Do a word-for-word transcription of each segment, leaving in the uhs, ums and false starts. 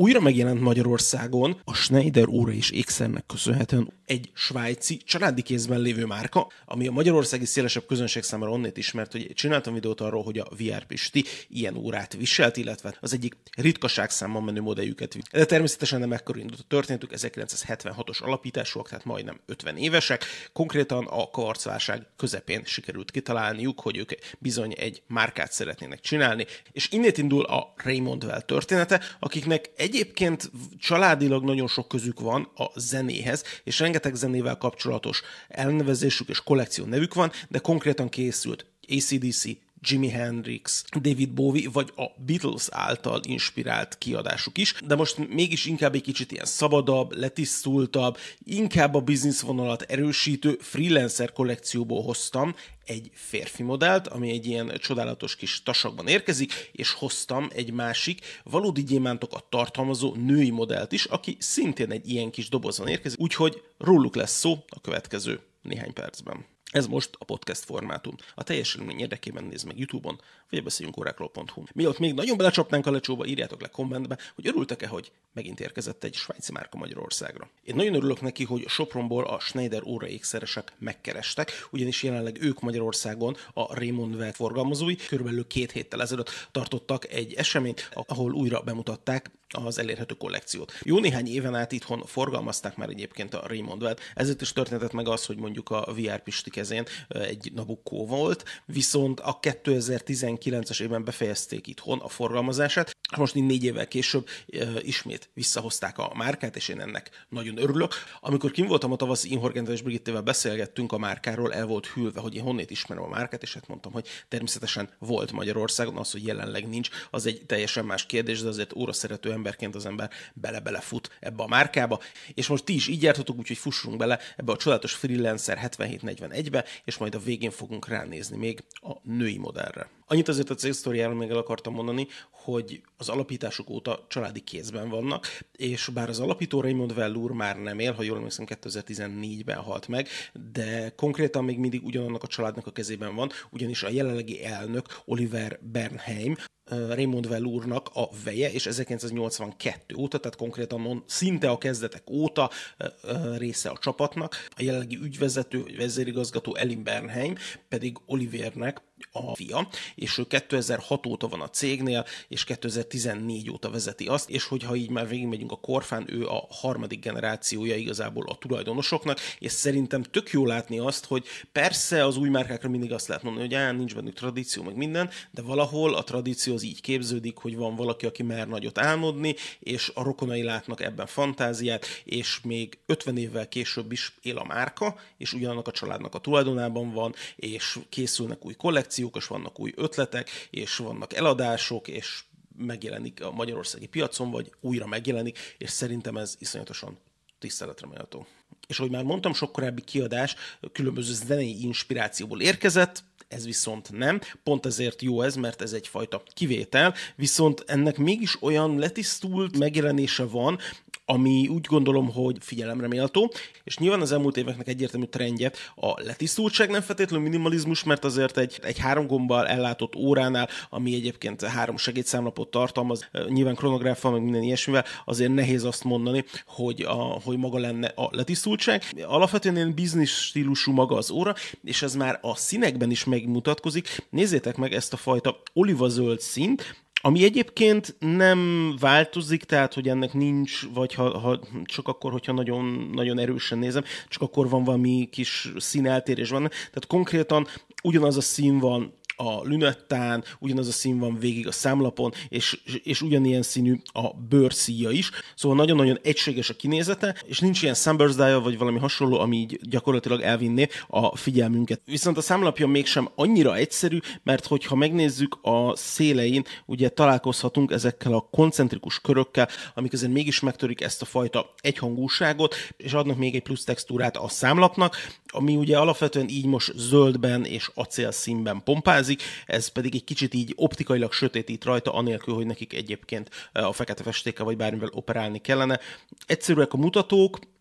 Újra megjelent Magyarországon a Schneider óra és ékszernek köszönhetően egy svájci, családi kézben lévő márka, ami a magyarországi szélesebb közönség számára onnét ismert, hogy csináltam videót arról, hogy a vé er Pisti ilyen órát viselt, illetve az egyik ritkaságszámban menő modelljüket. De természetesen nem ekkor indult a történetük, ezerkilencszázhetvenhatos alapításúak, tehát majdnem ötven évesek. Konkrétan a kvarcválság közepén sikerült kitalálniuk, hogy ők bizony egy márkát szeretnének csinálni, és innét indul a Raymond Well története, akiknek egyébként családilag nagyon sok közük van a zenéhez, és rengeteg zenével kapcsolatos elnevezésük és kollekció nevük van, de konkrétan készült á cé dé cé, Jimi Hendrix, David Bowie, vagy a Beatles által inspirált kiadásuk is, de most mégis inkább egy kicsit ilyen szabadabb, letisztultabb, inkább a bizniszvonalat erősítő freelancer kollekcióból hoztam egy férfi modellt, ami egy ilyen csodálatos kis tasakban érkezik, és hoztam egy másik, valódi gyémántokat tartalmazó női modellt is, aki szintén egy ilyen kis dobozban érkezik, úgyhogy róluk lesz szó a következő néhány percben. Ez most a podcast formátum. A teljes élmény érdekében nézd meg YouTube-on, vagy a beszéljünk órákról pont hu. Mielőtt még nagyon belecsapnánk a lecsóba, írjátok le kommentbe, hogy örültek-e, hogy megint érkezett egy svájci márka Magyarországra. Én nagyon örülök neki, hogy Sopronból a Schneider óraékszeresek megkerestek, ugyanis jelenleg ők Magyarországon a Raymond Well forgalmazói körülbelül két héttel ezelőtt tartottak egy eseményt, ahol újra bemutatták az elérhető kollekciót. Jó néhány éven át itthon forgalmazták már egyébként a Raymond Well, ezért is történetett meg az, hogy mondjuk a vé er Pisti kezén egy Nabucco volt, viszont a kétezer-tizenkilences évben befejezték itthon a forgalmazását, most így négy évvel később ismét visszahozták a márkát, és én ennek nagyon örülök. Amikor kim voltam a tavaszi Inhorgentel és Brigittével beszélgettünk a márkáról, el volt hűlve, hogy én honnét ismerem a márkát, és hát mondtam, hogy természetesen volt Magyarországon, az, hogy jelenleg nincs, az egy teljesen más kérdés, de azért óra szerető emberként az ember bele-bele fut ebbe a márkába. És most ti is így jártatok, úgyhogy fussunk bele ebbe a csodálatos Freelancer hetvenhét negyvenegybe, és majd a végén fogunk ránézni még a női modellre. Annyit azért a cégsztoriáról még el akartam mondani, hogy az alapításuk óta családi kézben vannak, és bár az alapító Raymond Well úr már nem él, ha jól emlékszem kétezer-tizennégyben halt meg, de konkrétan még mindig ugyanannak a családnak a kezében van, ugyanis a jelenlegi elnök Oliver Bernheim Raymond Well úrnak a veje, és ezerkilencszáznyolcvankettő óta, tehát konkrétan szinte a kezdetek óta része a csapatnak. A jelenlegi ügyvezető, vagy vezérigazgató Elin Bernheim pedig Olivernek a fia, és ő kétezer-hat óta van a cégnél, és kétezer-tizennégy óta vezeti azt, és hogyha így már végigmegyünk a korfán, ő a harmadik generációja igazából a tulajdonosoknak, és szerintem tök jó látni azt, hogy persze az új márkákra mindig azt lehet mondani, hogy á, nincs bennük tradíció, meg minden, de valahol a tradíció az így képződik, hogy van valaki, aki mer nagyot álmodni, és a rokonai látnak ebben fantáziát, és még ötven évvel később is él a márka, és ugyanannak a családnak a tulajdonában van, és készülnek új kollekciók, és vannak új ötletek, és vannak eladások, és megjelenik a magyarországi piacon, vagy újra megjelenik, és szerintem ez iszonyatosan tiszteletre méltó. És ahogy már mondtam, sok korábbi kiadás különböző zenei inspirációból érkezett, ez viszont nem. Pont ezért jó ez, mert ez egyfajta kivétel, viszont ennek mégis olyan letisztult megjelenése van, ami úgy gondolom, hogy figyelemre méltó, és nyilván az elmúlt éveknek egyértelmű trendje a letisztultság, nem feltétlenül minimalizmus, mert azért egy, egy három gombbal ellátott óránál, ami egyébként három segédszámlapot tartalmaz, nyilván kronográffal, meg minden ilyesmivel, azért nehéz azt mondani, hogy, a, hogy maga lenne a letisztultság. Alapvetően ilyen biznisz stílusú maga az óra, és ez már a színekben is megmutatkozik. Nézzétek meg ezt a fajta olivazöld színt, ami egyébként nem változik, tehát, hogy ennek nincs, vagy ha, ha csak akkor, hogyha nagyon, nagyon erősen nézem, csak akkor van valami kis színeltérés van. Tehát konkrétan ugyanaz a szín van a lünettán, ugyanaz a szín van végig a számlapon, és, és ugyanilyen színű a bőrszíja is. Szóval nagyon-nagyon egységes a kinézete, és nincs ilyen sunburst dial, vagy valami hasonló, ami így gyakorlatilag elvinné a figyelmünket. Viszont a számlapja mégsem annyira egyszerű, mert hogyha megnézzük a szélein, ugye találkozhatunk ezekkel a koncentrikus körökkel, amik azért mégis megtörik ezt a fajta egyhangúságot, és adnak még egy plusz textúrát a számlapnak, ami ugye alapvetően így most zöldben és acélszínben pompázik, ez pedig egy kicsit így optikailag sötétít rajta, anélkül, hogy nekik egyébként a fekete festékkel vagy bármivel operálni kellene. Egyszerűek a mutatók,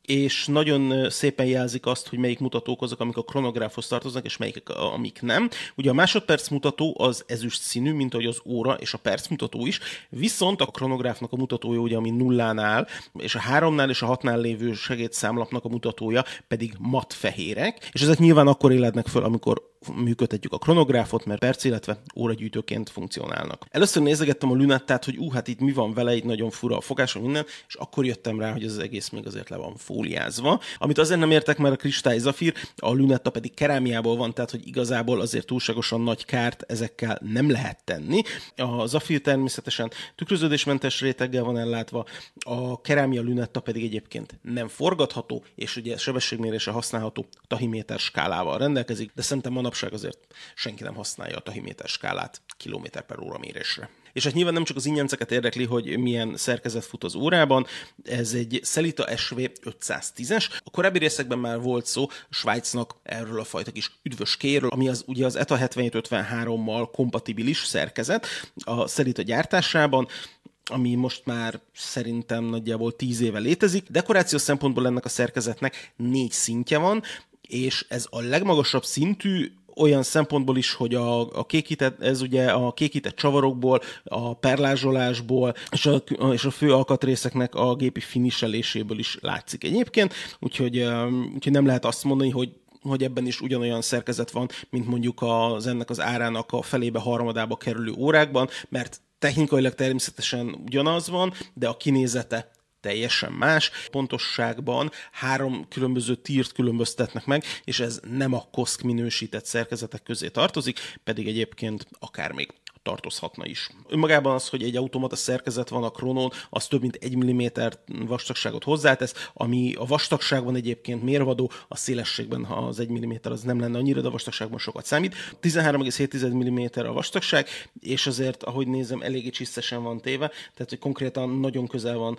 és nagyon szépen jelzik azt, hogy melyik mutatók azok, amik a kronográfhoz tartoznak, és melyik amik nem. Ugye a másodperc mutató az ezüst színű, mint ahogy az óra és a perc mutató is, viszont a kronográfnak a mutatója ugye, ami nullán áll, és a háromnál és a hatnál lévő segédszámlapnak a mutatója pedig mat fehérek, és ezek nyilván akkor élednek föl, amikor működtetjük a kronográfot, mert perc, illetve óragyűjtőként funkcionálnak. Először nézegettem a Lunettát, hogy ú, hát itt mi van vele, itt nagyon fura a fogása, minden, és akkor jöttem rá, hogy ez az egész még azért le van fóliázva. Amit azért nem értek, mert a kristály zafír, a Lunetta pedig kerámiából van, tehát hogy igazából azért túlságosan nagy kárt ezekkel nem lehet tenni. A zafír természetesen tükröződésmentes réteggel van ellátva, a kerámia Lunetta pedig egyébként nem forgatható, és ugye sebességmérésre használható tahiméter skálával rendelkezik, de szerintem manapság azért senki nem használja a tahiméter skálát kilométer per óra mérésre. És hát nyilván nem csak az ingyenceket érdekli, hogy milyen szerkezet fut az órában, ez egy Sellita es vé ötszáztízes. A korábbi részekben már volt szó Svájcnak erről a fajta kis üdvös kéről, ami az ugye az E T A hetvenhét ötvenhárommal kompatibilis szerkezet a Sellita gyártásában, ami most már szerintem nagyjából tíz éve létezik. Dekorációs szempontból ennek a szerkezetnek négy szintje van, és ez a legmagasabb szintű, olyan szempontból is, hogy a, a kékített, ez ugye a kékített csavarokból, a perlázsolásból, és a, és a fő alkatrészeknek a gépi finiseléséből is látszik egyébként, úgyhogy, úgyhogy nem lehet azt mondani, hogy hogy ebben is ugyanolyan szerkezet van, mint mondjuk az ennek az árának a felébe, harmadába kerülő órákban, mert technikailag természetesen ugyanaz van, de a kinézete teljesen más. Pontosságban három különböző tírt különböztetnek meg, és ez nem a koszk minősített szerkezetek közé tartozik, pedig egyébként akár még tartozhatna is. Önmagában az, hogy egy automata szerkezet van a Chronon, az több mint egy milliméter vastagságot hozzátesz, ami a vastagságban egyébként mérvadó, a szélességben, ha az egy milliméter az nem lenne annyira, de a vastagságban sokat számít. tizenhárom egész hét milliméter a vastagság, és azért, ahogy nézem, eléggé csisztesen van téve, tehát hogy konkrétan nagyon közel van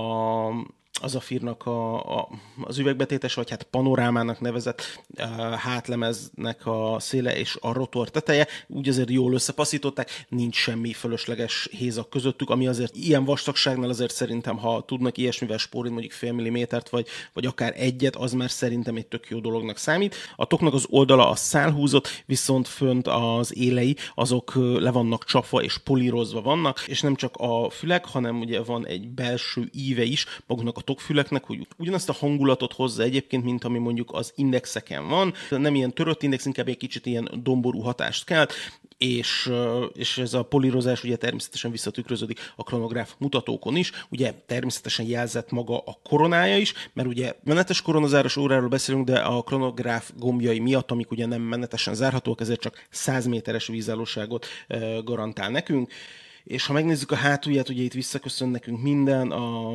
a a Zafirnak a, a, az üvegbetétes, vagy hát panorámának nevezett uh, hátlemeznek a széle és a rotor teteje, úgy azért jól összepasszították, nincs semmi fölösleges hézak közöttük, ami azért ilyen vastagságnál azért szerintem, ha tudnak ilyesmivel spórolni, mondjuk fél millimétert, vagy, vagy akár egyet, az már szerintem egy tök jó dolognak számít. A toknak az oldala a szálhúzott, viszont fönt az élei, azok le vannak csapva és polírozva vannak, és nem csak a fülek, hanem ugye van egy belső íve is maguknak a tokfüleknek, hogy ugyanazt a hangulatot hozza egyébként, mint ami mondjuk az indexeken van. Nem ilyen törött index, inkább egy kicsit ilyen domború hatást kelt, és, és ez a polírozás ugye természetesen visszatükröződik a kronográf mutatókon is. Ugye természetesen jelzett maga a koronája is, mert ugye menetes koronazáros óráról beszélünk, de a kronográf gombjai miatt, amik ugye nem menetesen zárhatók, ezért csak száz méteres vízállóságot garantál nekünk. És ha megnézzük a hátulját, ugye itt visszaköszön nekünk minden, a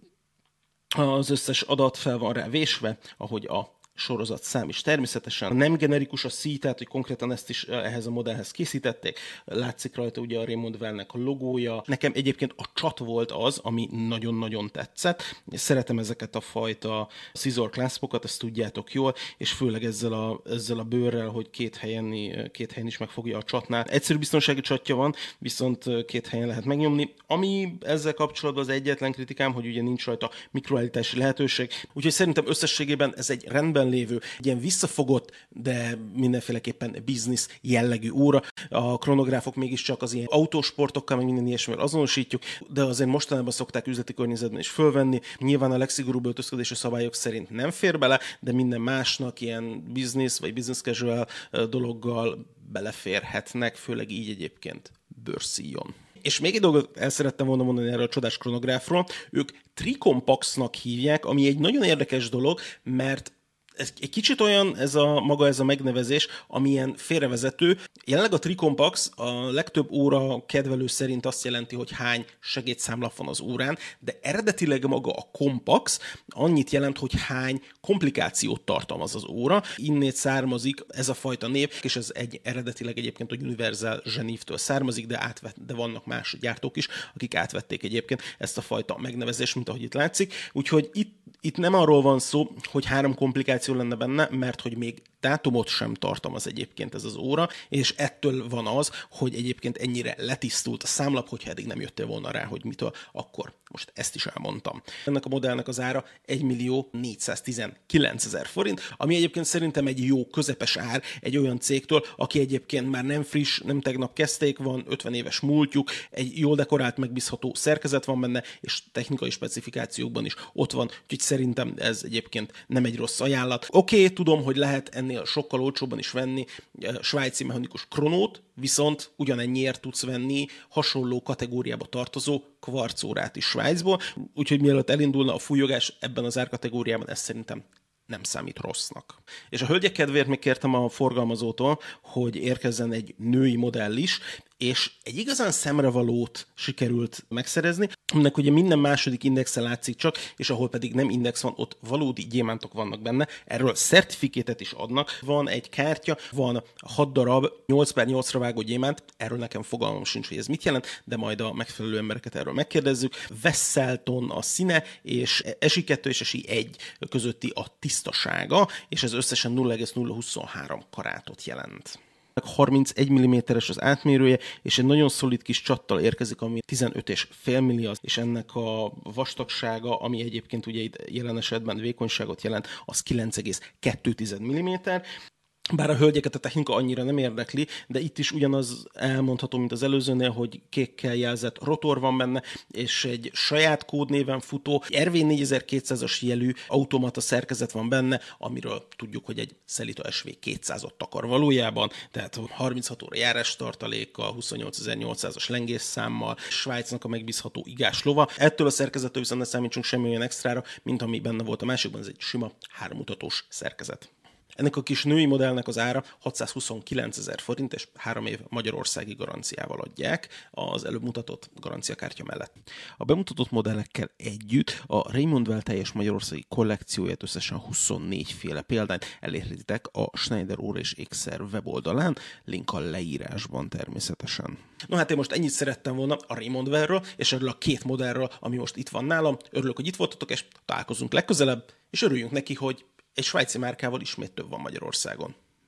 az összes adat fel van rá vésve, ahogy a sorozat szám is természetesen. Nem generikus a szíj, tehát hogy konkrétan ezt is ehhez a modellhez készítették. Látszik rajta ugye a Raymond Well-nek a logója. Nekem egyébként a csat volt az, ami nagyon-nagyon tetszett. Szeretem ezeket a fajta scissor claspokat, ezt tudjátok jól, és főleg ezzel a, ezzel a bőrrel, hogy két helyen, két helyen is megfogja a csatnál. Egyszerű biztonsági csatja van, viszont két helyen lehet megnyomni. Ami ezzel kapcsolatban az egyetlen kritikám, hogy ugye nincs rajta mikroállítási lehetőség. Úgyhogy szerintem összességében ez egy rendben lévő, egy ilyen visszafogott, de mindenféleképpen biznisz jellegű óra. A kronográfok mégiscsak az ilyen autósportokkal, meg minden ilyesmivel azonosítjuk, de azért mostanában szokták üzleti környezetben is fölvenni. Nyilván a legszigorúbb öltözködési szabályok szerint nem fér bele, de minden másnak ilyen business vagy business casual dologgal beleférhetnek, főleg így egyébként bőrszíjon. És még egy dolgot el szerettem volna mondani erről a csodás kronográfról. Ők Tricompax-nak hívják, ami egy nagyon érdekes dolog, mert ez egy kicsit olyan, ez a maga ez a megnevezés, amilyen félrevezető. Jelenleg a Tricompax a legtöbb óra kedvelő szerint azt jelenti, hogy hány segédszámlap van az órán, de eredetileg maga a Compax annyit jelent, hogy hány komplikációt tartalmaz az óra. Innét származik ez a fajta név, és ez egy eredetileg egyébként a Universal Genève-től származik, de, átvett, de vannak más gyártók is, akik átvették egyébként ezt a fajta megnevezést, mint ahogy itt látszik. Úgyhogy itt, itt nem arról van szó, hogy három komplikáció lenne benne, mert hogy még dátumot sem tartalmaz egyébként ez az óra, és ettől van az, hogy egyébként ennyire letisztult a számlap, hogyha eddig nem jöttél volna rá, hogy mitől, akkor most ezt is elmondtam. Ennek a modellnek az ára egymillió négyszáztizenkilencezer forint, ami egyébként szerintem egy jó közepes ár egy olyan cégtől, aki egyébként már nem friss, nem tegnap kezdték, van ötven éves múltjuk, egy jól dekorált, megbízható szerkezet van benne, és technikai specifikációkban is ott van, úgyhogy szerintem ez egyébként nem egy rossz ajánlat. Oké, okay, tudom, hogy lehet ennél sokkal olcsóbban is venni svájci mechanikus kronót, viszont ugyanennyiért tudsz venni hasonló kategóriába tartozó kvarcórát is Svájcból, úgyhogy mielőtt elindulna a fújogás ebben az árkategóriában, ez szerintem nem számít rossznak. És a hölgyek kedvéért még kértem a forgalmazótól, hogy érkezzen egy női modell is, és egy igazán szemrevalót sikerült megszerezni, aminek ugye minden második indexen látszik csak, és ahol pedig nem index van, ott valódi gyémántok vannak benne. Erről certifikétet is adnak. Van egy kártya, van hat darab nyolc per nyolcra vágó gyémánt, erről nekem fogalmam sincs, hogy ez mit jelent, de majd a megfelelő embereket erről megkérdezzük. Wesselton a színe, és es i kettő és es i egy közötti a tisztasága, és ez összesen nulla egész nulla huszonhárom karátot jelent. harmincegy milliméteres az átmérője, és egy nagyon szolid kis csattal érkezik, ami tizenöt egész öt milli, és ennek a vastagsága, ami egyébként ugye itt jelen esetben vékonyságot jelent, az kilenc egész kettő milliméter. Bár a hölgyeket a technika annyira nem érdekli, de itt is ugyanaz elmondható, mint az előzőnél, hogy kékkel jelzett rotor van benne, és egy saját kódnéven futó er vé négyezer-kétszázas jelű automata szerkezet van benne, amiről tudjuk, hogy egy Sellita es vé kétszázat takar valójában, tehát harminchat óra járástartalékkal, huszonnyolcezer-nyolcszázas lengésszámmal, Svájcnak a megbízható igás lova. Ettől a szerkezettől viszont ne számítsunk semmi olyan extrára, mint ami benne volt a másikban, ez egy sima hárommutatós szerkezet. Ennek a kis női modellnek az ára hatszázhuszonkilencezer forint, és három év magyarországi garanciával adják az előbb mutatott garanciakártya mellett. A bemutatott modellekkel együtt a Raymond Well teljes magyarországi kollekcióját összesen huszonnégy féle példányt elérhetitek a Schneider óra és ékszer weboldalán, link a leírásban természetesen. No hát én most ennyit szerettem volna a Raymond Wellről, és erről a két modellről, ami most itt van nálam. Örülök, hogy itt voltatok, és találkozunk legközelebb, és örüljünk neki, hogy egy svájci márkával ismét több van Magyarországon.